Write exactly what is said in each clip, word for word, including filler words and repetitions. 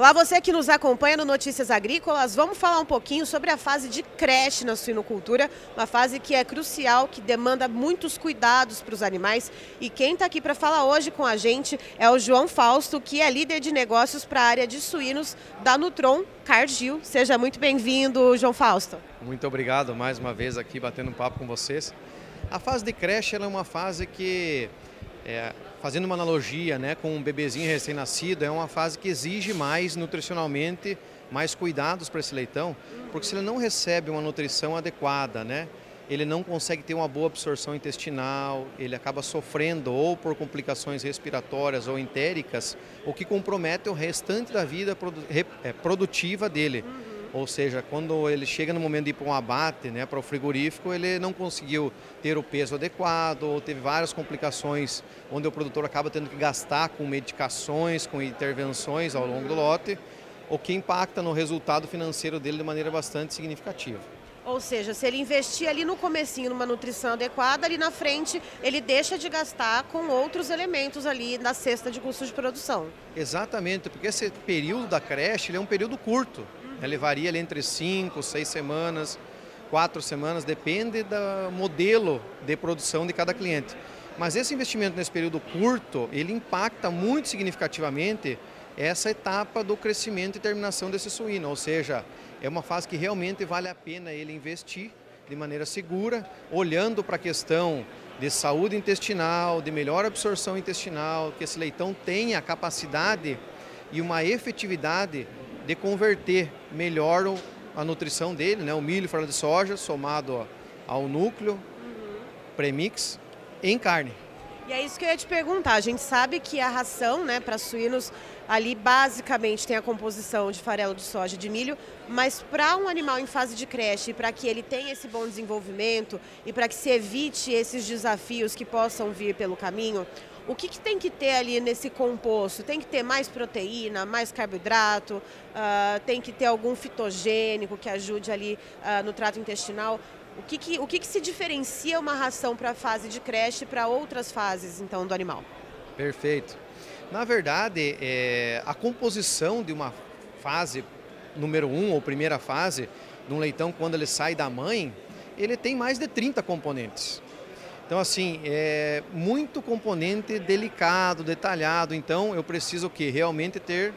Olá, você que nos acompanha no Notícias Agrícolas, vamos falar um pouquinho sobre a fase de creche na suinocultura, uma fase que é crucial, que demanda muitos cuidados para os animais. E quem está aqui para falar hoje com a gente é o João Fausto, que é líder de negócios para a área de suínos da Nutron Cargill. Seja muito bem-vindo, João Fausto. Muito obrigado mais uma vez aqui batendo um papo com vocês. A fase de creche ela é uma fase que, é, fazendo uma analogia, né, com um bebezinho recém-nascido, é uma fase que exige mais nutricionalmente, mais cuidados para esse leitão, porque se ele não recebe uma nutrição adequada, né, ele não consegue ter uma boa absorção intestinal, ele acaba sofrendo ou por complicações respiratórias ou entéricas, o que compromete o restante da vida produtiva dele. Ou seja, quando ele chega no momento de ir para um abate, né, para o frigorífico, ele não conseguiu ter o peso adequado, ou teve várias complicações, onde o produtor acaba tendo que gastar com medicações, com intervenções ao longo do lote, o que impacta no resultado financeiro dele de maneira bastante significativa. Ou seja, se ele investir ali no comecinho numa nutrição adequada, ali na frente ele deixa de gastar com outros elementos ali na cesta de custos de produção. Exatamente, porque esse período da creche ele é um período curto. Ele varia ali entre cinco, seis semanas, quatro semanas, depende do modelo de produção de cada cliente. Mas esse investimento nesse período curto, ele impacta muito significativamente essa etapa do crescimento e terminação desse suíno. Ou seja, é uma fase que realmente vale a pena ele investir de maneira segura, olhando para a questão de saúde intestinal, de melhor absorção intestinal, que esse leitão tenha a capacidade e uma efetividade de converter melhor a nutrição dele, né, o milho e farelo de soja, somado ao núcleo, uhum. premix, em carne. E é isso que eu ia te perguntar. A gente sabe que a ração, né, para suínos ali basicamente tem a composição de farelo de soja e de milho, mas para um animal em fase de creche, para que ele tenha esse bom desenvolvimento e para que se evite esses desafios que possam vir pelo caminho, o que, que tem que ter ali nesse composto? Tem que ter mais proteína, mais carboidrato, uh, tem que ter algum fitogênico que ajude ali uh, no trato intestinal. O que, que, o que, que se diferencia uma ração para a fase de creche para outras fases então do animal? Perfeito. Na verdade, é, a composição de uma fase número um ou primeira fase de um leitão quando ele sai da mãe, ele tem mais de trinta componentes. Então, assim, é muito componente delicado, detalhado. Então, eu preciso o quê? Realmente ter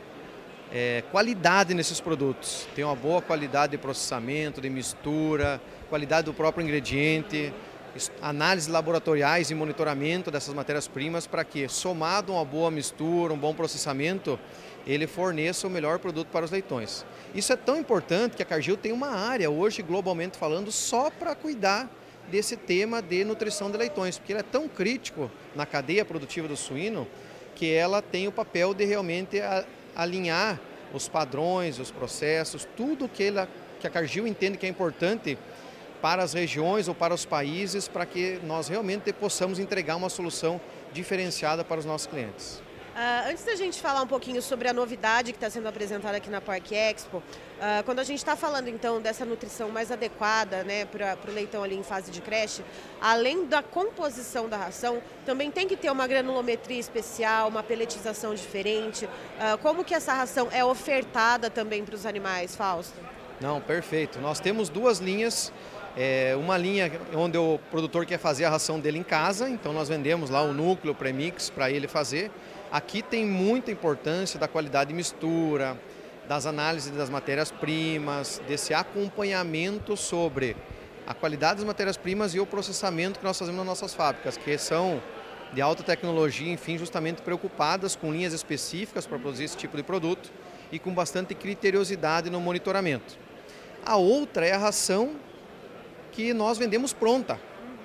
é, qualidade nesses produtos. Ter uma boa qualidade de processamento, de mistura, qualidade do próprio ingrediente, análises laboratoriais e monitoramento dessas matérias-primas para que, somado a uma boa mistura, um bom processamento, ele forneça o melhor produto para os leitões. Isso é tão importante que a Cargill tem uma área hoje, globalmente falando, só para cuidar desse tema de nutrição de leitões, porque ele é tão crítico na cadeia produtiva do suíno que ela tem o papel de realmente alinhar os padrões, os processos, tudo que, ela, que a Cargill entende que é importante para as regiões ou para os países, para que nós realmente possamos entregar uma solução diferenciada para os nossos clientes. Uh, antes da gente falar um pouquinho sobre a novidade que está sendo apresentada aqui na Parque Expo, uh, quando a gente está falando então dessa nutrição mais adequada, né, para o leitão ali em fase de creche, além da composição da ração, também tem que ter uma granulometria especial, uma peletização diferente. Uh, como que essa ração é ofertada também para os animais, Fausto? Não, perfeito. Nós temos duas linhas. É uma linha onde o produtor quer fazer a ração dele em casa, então nós vendemos lá o núcleo, o premix para ele fazer. Aqui tem muita importância da qualidade de mistura, das análises das matérias-primas, desse acompanhamento sobre a qualidade das matérias-primas e o processamento que nós fazemos nas nossas fábricas, que são de alta tecnologia, enfim, justamente preocupadas com linhas específicas para produzir esse tipo de produto e com bastante criteriosidade no monitoramento. A outra é a ração que nós vendemos pronta,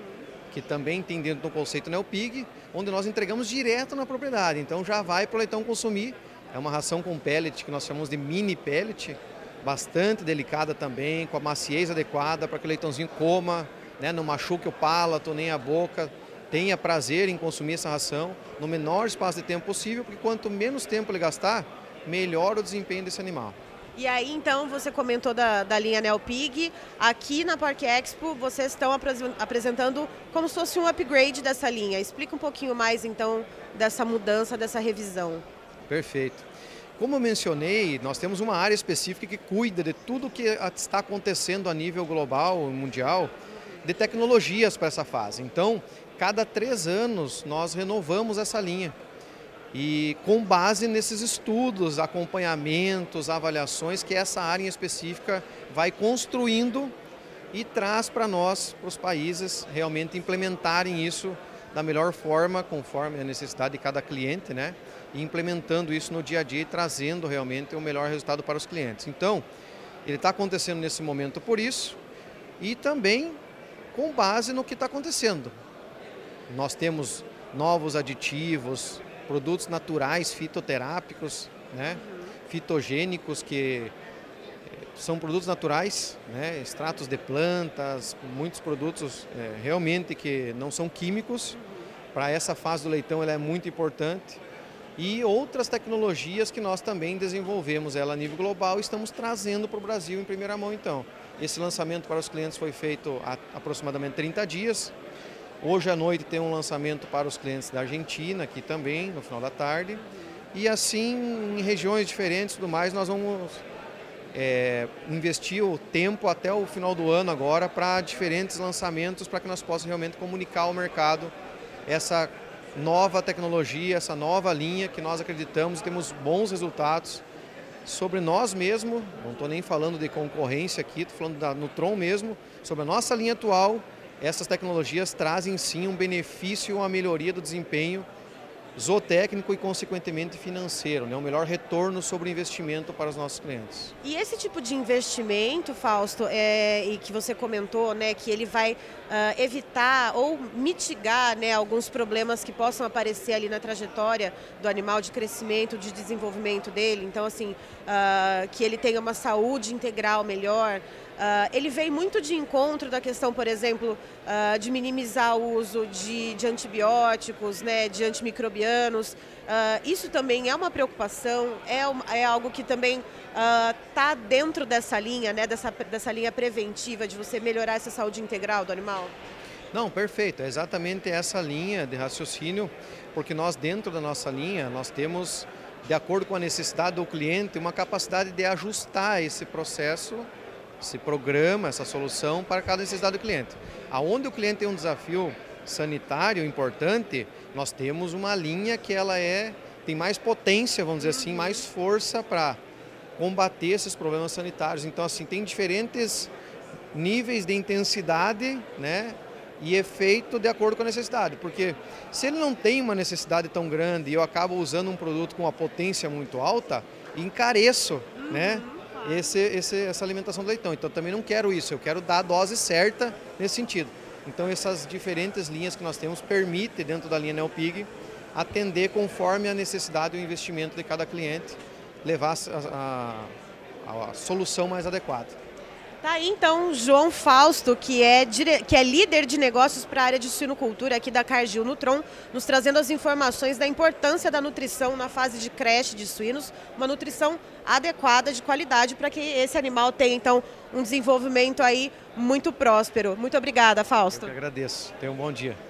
que também tem dentro do conceito Neopig, onde nós entregamos direto na propriedade. Então já vai para o leitão consumir. É uma ração com pellet, que nós chamamos de mini pellet, bastante delicada também, com a maciez adequada para que o leitãozinho coma, né, não machuque o palato nem a boca, tenha prazer em consumir essa ração no menor espaço de tempo possível, porque quanto menos tempo ele gastar, melhor o desempenho desse animal. E aí, então, você comentou da, da linha Neopig. Aqui na Parque Expo, vocês estão apresentando como se fosse um upgrade dessa linha. Explica um pouquinho mais, então, dessa mudança, dessa revisão. Perfeito. Como eu mencionei, nós temos uma área específica que cuida de tudo o que está acontecendo a nível global, mundial, de tecnologias para essa fase. Então, cada três anos nós renovamos essa linha. E com base nesses estudos, acompanhamentos, avaliações que essa área em específica vai construindo e traz para nós, para os países, realmente implementarem isso da melhor forma, conforme a necessidade de cada cliente, né? E implementando isso no dia a dia e trazendo realmente o melhor resultado para os clientes. Então, ele está acontecendo nesse momento por isso e também com base no que está acontecendo. Nós temos novos aditivos, produtos naturais fitoterápicos, né? Fitogênicos, que são produtos naturais, né? Extratos de plantas, muitos produtos é, realmente que não são químicos. Para essa fase do leitão ela é muito importante. E outras tecnologias que nós também desenvolvemos ela a nível global e estamos trazendo para o Brasil em primeira mão então. Esse lançamento para os clientes foi feito há aproximadamente trinta dias. Hoje à noite tem um lançamento para os clientes da Argentina, aqui também, no final da tarde. E assim, em regiões diferentes e tudo mais, nós vamos é, investir o tempo até o final do ano agora para diferentes lançamentos, para que nós possamos realmente comunicar ao mercado essa nova tecnologia, essa nova linha que nós acreditamos e temos bons resultados sobre nós mesmos. Não estou nem falando de concorrência aqui, estou falando da Nutron mesmo, sobre a nossa linha atual. Essas tecnologias trazem sim um benefício, uma melhoria do desempenho zootécnico e consequentemente financeiro, né? Um melhor retorno sobre o investimento para os nossos clientes. E esse tipo de investimento, Fausto, é, e que você comentou, né, que ele vai uh, evitar ou mitigar, né, alguns problemas que possam aparecer ali na trajetória do animal, de crescimento, de desenvolvimento dele. Então, assim, uh, que ele tenha uma saúde integral melhor. Uh, ele vem muito de encontro da questão, por exemplo, uh, de minimizar o uso de, de antibióticos, né, de antimicrobianos. Uh, isso também é uma preocupação, é, um, é algo que também está uh, dentro dessa linha, né, dessa, dessa linha preventiva de você melhorar essa saúde integral do animal? Não, perfeito. É exatamente essa linha de raciocínio, porque nós dentro da nossa linha, nós temos, de acordo com a necessidade do cliente, uma capacidade de ajustar esse processo, esse programa, essa solução para cada necessidade do cliente. Aonde o cliente tem um desafio sanitário importante, nós temos uma linha que ela é, tem mais potência, vamos dizer assim, mais força para combater esses problemas sanitários. Então, assim, tem diferentes níveis de intensidade, né, e efeito de acordo com a necessidade. Porque se ele não tem uma necessidade tão grande e eu acabo usando um produto com uma potência muito alta, encareço, uhum. né? Esse, esse, essa alimentação do leitão. Então, também não quero isso, eu quero dar a dose certa nesse sentido. Então, essas diferentes linhas que nós temos permitem, dentro da linha Neopig, atender conforme a necessidade e o investimento de cada cliente, levar a, a, a solução mais adequada. Tá aí então João Fausto, que é, dire... que é líder de negócios para a área de suinocultura aqui da Cargill Nutron, nos trazendo as informações da importância da nutrição na fase de creche de suínos, uma nutrição adequada, de qualidade, para que esse animal tenha então um desenvolvimento aí muito próspero. Muito obrigada, Fausto. Eu que agradeço. Tenha um bom dia.